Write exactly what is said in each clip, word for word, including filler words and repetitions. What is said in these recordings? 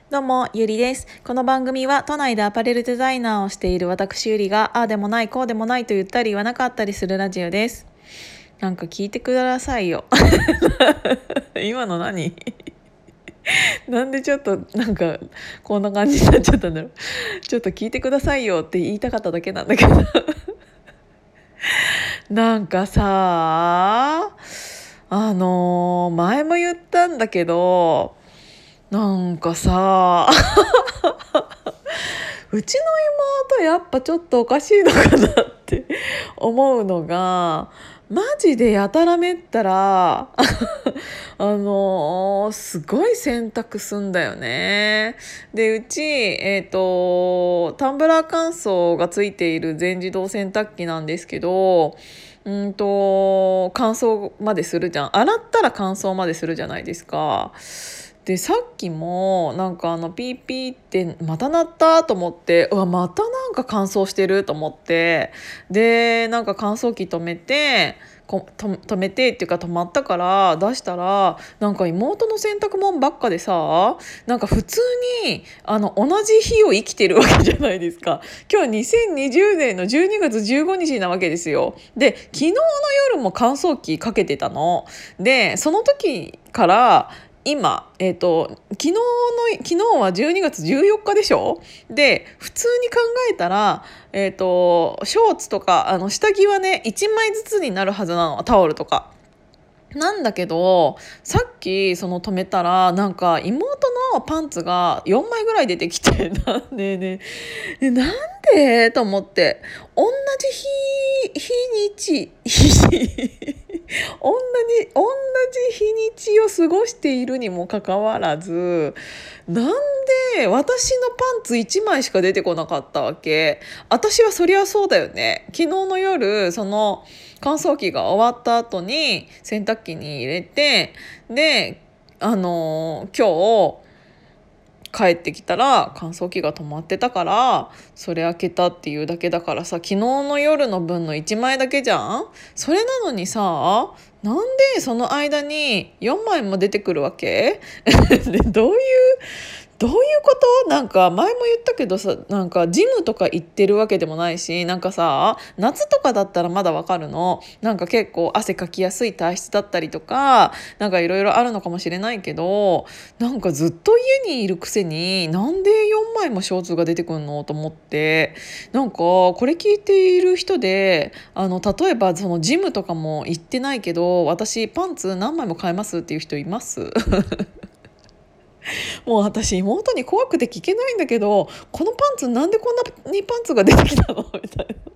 どうも、ゆりです。この番組は都内でアパレルデザイナーをしている私ゆりが、ああでもないこうでもないと言ったり言わなかったりするラジオです。なんか聞いてくださいよ。今の何？なんでちょっとなんかこんな感じになっちゃったんだろう。ちょっと聞いてくださいよって言いたかっただけなんだけど。なんかさ、あのー前も言ったんだけど、なんかさ、うちの妹やっぱちょっとおかしいのかなって思うのが、マジでやたらめったらあのーすごい洗濯すんだよね。でうち、えー、とタンブラー乾燥がついている全自動洗濯機なんですけど、うんと乾燥までするじゃん。洗ったら乾燥までするじゃないですか。でさっきもなんかあのピーピーってまた鳴ったと思って、うわまたなんか乾燥してると思って、でなんか乾燥機止めてこと止めてっていうか止まったから出したら、なんか妹の洗濯物ばっかでさ、なんか普通にあの同じ日を生きてるわけじゃないですか。今日にせんにじゅうねんのじゅうにがつじゅうごにちなわけですよ。で昨日の夜も乾燥機かけてたので、その時から今、えーと、昨日の昨日はじゅうにがつじゅうよっかでしょ。で普通に考えたら、えーと、ショーツとかあの下着はねいちまいずつになるはずなの、タオルとかなんだけど、さっきその止めたらなんか妹のパンツがよんまいぐらい出てきてなねえねえなんでと思って、同じ日日にち日同じ同じ日にちを過ごしているにもかかわらず、なんで私のパンツいちまいしか出てこなかったわけ。私はそりゃそうだよね。昨日の夜その乾燥機が終わった後に洗濯機に入れて、であのー今日帰ってきたら乾燥機が止まってたから、それ開けたっていうだけだからさ、昨日の夜の分のいちまいだけじゃん。それなのにさ、なんでその間によんまいも出てくるわけ？でどういうどういうこと？なんか前も言ったけどさ、なんかジムとか行ってるわけでもないし、なんかさ夏とかだったらまだわかるの。なんか結構汗かきやすい体質だったりとか、なんかいろいろあるのかもしれないけど、なんかずっと家にいるくせになんでよんまいもショーツが出てくるのと思って。なんかこれ聞いている人で、あの例えばそのジムとかも行ってないけど私パンツ何枚も買えますっていう人います？もう私妹に怖くて聞けないんだけど、このパンツなんでこんなにパンツが出てきたのみたいな。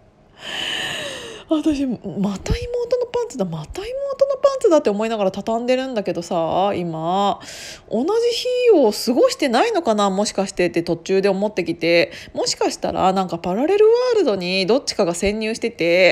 私また妹のパンツだまた妹のパンツだって思いながら畳んでるんだけどさ、今同じ日を過ごしてないのかな、もしかしてって途中で思ってきて、もしかしたらなんかパラレルワールドにどっちかが潜入してて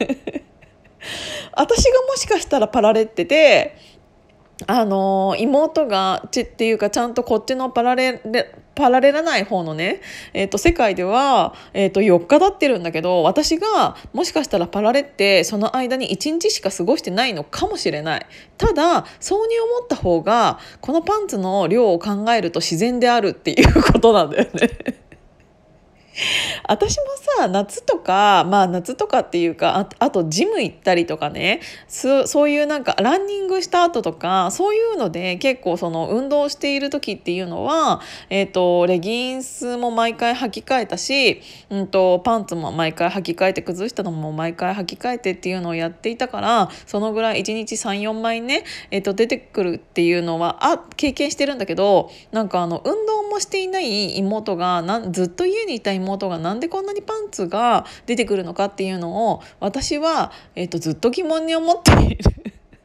私がもしかしたらパラレってて、あの妹がちっていうかちゃんとこっちのパラレルパラレらない方のね、えー、と世界では、えー、とよっか経ってるんだけど、私がもしかしたらパラレってその間にいちにちしか過ごしてないのかもしれない。ただそうに思った方がこのパンツの量を考えると自然であるっていうことなんだよね。私もさ夏とか、まあ夏とかっていうか、あ、あとジム行ったりとかね、そ、そういうなんかランニングした後とかそういうので結構その運動している時っていうのは、えーと、レギンスも毎回履き替えたし、うんと、パンツも毎回履き替えて、崩したのも毎回履き替えてっていうのをやっていたから、そのぐらいいちにちさん、よんまいね、えーと、出てくるっていうのはあ経験してるんだけど、なんかあの運動もしていない妹がなんずっと家にいた妹がなんでこんなにパンツが出てくるのかっていうのを私は、えーと、ずっと疑問に思っている。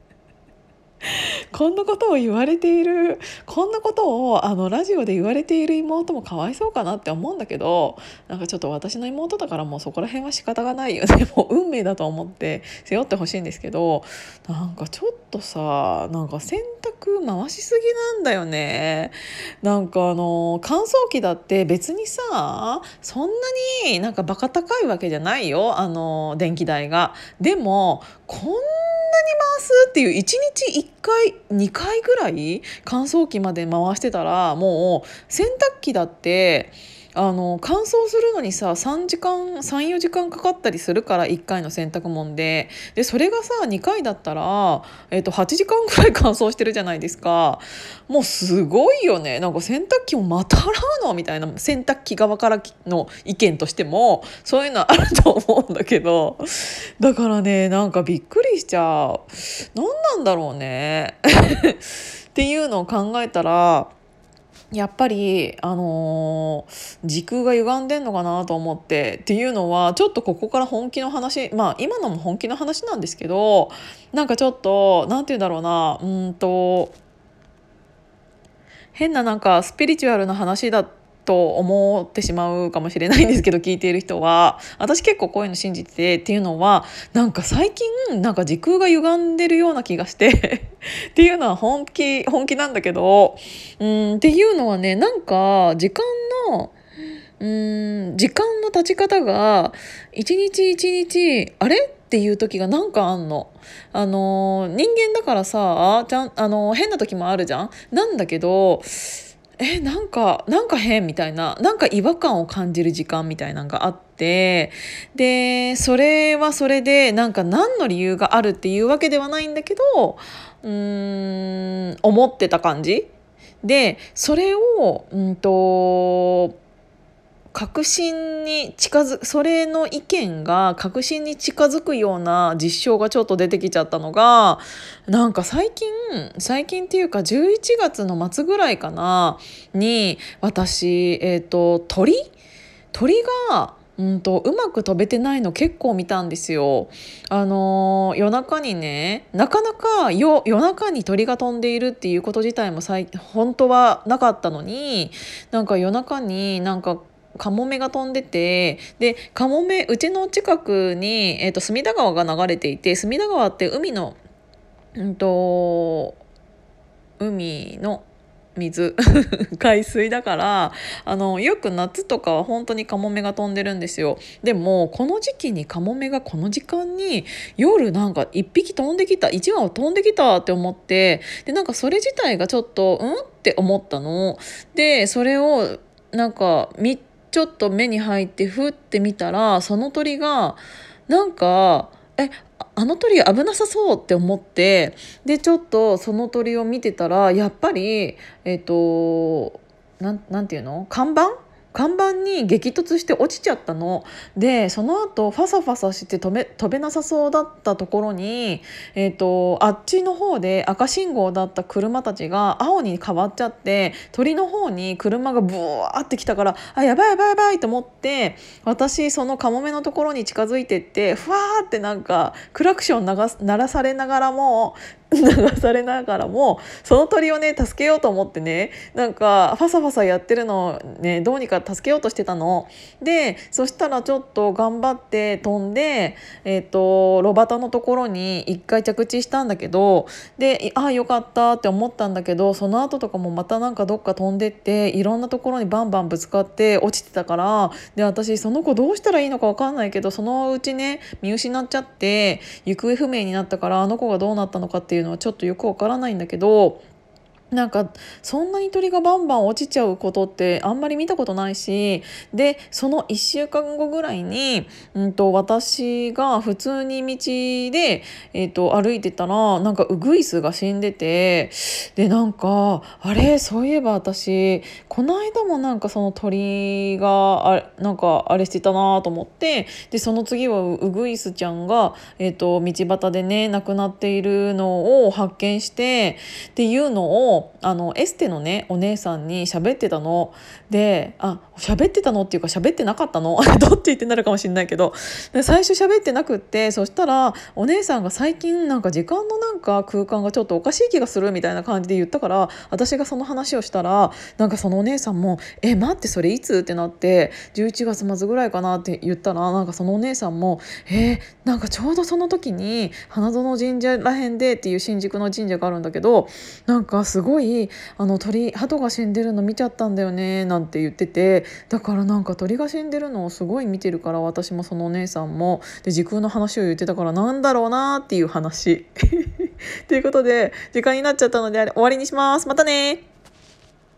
こんなことを言われているこんなことをあのラジオで言われている妹もかわいそうかなって思うんだけど、なんかちょっと私の妹だからもうそこら辺は仕方がないよね。もう運命だと思って背負ってほしいんですけど、なんかちょっとさ、なんか洗濯回しすぎなんだよね。なんかあの乾燥機だって別にさそんなになんかバカ高いわけじゃないよ、あの電気代が。でもこんなに回すっていういちにちいっかいにかいぐらい乾燥機まで回してたら、もう洗濯機だってあの乾燥するのにささんじかんさんよじかんかかったりするから、いっかいの洗濯物ででそれがさにかいだったら、えっと、はちじかんぐらい乾燥してるじゃないですか。もうすごいよね。なんか洗濯機をまた洗うのみたいな、洗濯機側からの意見としてもそういうのあると思うんだけど、だからね、なんかびっくりしちゃう。何なんだろうねっていうのを考えたら、やっぱり、あのー時空が歪んでんのかなと思って。っていうのはちょっとここから本気の話、まあ今のも本気の話なんですけど、なんかちょっとなんて言うんだろうな、うーんと変ななんかスピリチュアルな話だと思ってしまうかもしれないんですけど、聞いている人は。私結構こういうの信じてて、っていうのはなんか最近なんか時空が歪んでるような気がしてっていうのは本気本気なんだけど、うんっていうのはね、なんか時間のうーん時間の経ち方が一日一日あれっていう時がなんかあんの。あの人間だからさ、ちゃんあの変な時もあるじゃん。なんだけど、えなんかなんか変みたいな、なんか違和感を感じる時間みたいなのがあって、でそれはそれでなんか何の理由があるっていうわけではないんだけど、うーん思ってた感じで、それをうんと確信に近づそれの意見が確信に近づくような実証がちょっと出てきちゃったのが、なんか最近最近っていうかじゅういちがつの末ぐらいかなに、私、えーと、鳥鳥がうんとうまく飛べてないの結構見たんですよ。あの夜中にね、なかなかよ夜中に鳥が飛んでいるっていうこと自体もさい本当はなかったのに、なんか夜中になんかカモメが飛んでて、でカモメうちの近くに、えーと、隅田川が流れていて、隅田川って海のうんと海の水海水だから、あのよく夏とかは本当にカモメが飛んでるんですよ。でもこの時期にカモメがこの時間に夜なんかいっぴき飛んできた、いちわ飛んできたって思って、でなんかそれ自体がちょっとうんって思ったので、それをなんかみちょっと目に入ってふって見たら、その鳥がなんかえあの鳥危なさそうって思って、でちょっとその鳥を見てたら、やっぱりえっ、となんなんていうの、看板看板に激突して落ちちゃったので、その後ファサファサして飛べ飛べなさそうだったところに、えー、とあっちの方で赤信号だった車たちが青に変わっちゃって、鳥の方に車がブワーってきたから、あやばいやばいやばいと思って、私そのカモメのところに近づいてって、ふわーってなんかクラクション流す鳴らされながらも流されながらもその鳥をね助けようと思ってね、なんかファサファサやってるのをねどうにか助けようとしてたので、そしたらちょっと頑張って飛んで、えー、と炉端のところに一回着地したんだけど、でああよかったって思ったんだけど、その後とかもまたなんかどっか飛んでっていろんなところにバンバンぶつかって落ちてたから、で私その子どうしたらいいのか分かんないけど、そのうちね見失っちゃって行方不明になったから、あの子がどうなったのかっていうのはちょっとよくわからないんだけど、なんかそんなに鳥がバンバン落ちちゃうことってあんまり見たことないし、でそのいっしゅうかんごぐらいに、うんと、私が普通に道で、えーと、歩いてたらなんかウグイスが死んでて、でなんかあれそういえば私この間もなんかその鳥があなんかあれしてたなと思って、でその次はウグイスちゃんが、えーと、道端でね亡くなっているのを発見してっていうのをあのエステのねお姉さんに喋ってたので、あ喋ってたのっていうか喋ってなかったのどっちってなるかもしれないけど、で最初喋ってなくって、そしたらお姉さんが最近なんか時間のなんか空間がちょっとおかしい気がするみたいな感じで言ったから、私がその話をしたらなんかそのお姉さんもえ待ってそれいつってなって、じゅういちがつ末ぐらいかなって言ったら、なんかそのお姉さんもえー、なんかちょうどその時に花園神社らへんでっていう新宿の神社があるんだけど、なんかすごいごいあの鳥鳩が死んでるの見ちゃったんだよねなんて言ってて、だからなんか鳥が死んでるのをすごい見てるから、私もそのお姉さんもで時空の話を言ってたから、なんだろうなっていう話ということで時間になっちゃったので終わりにします。またね。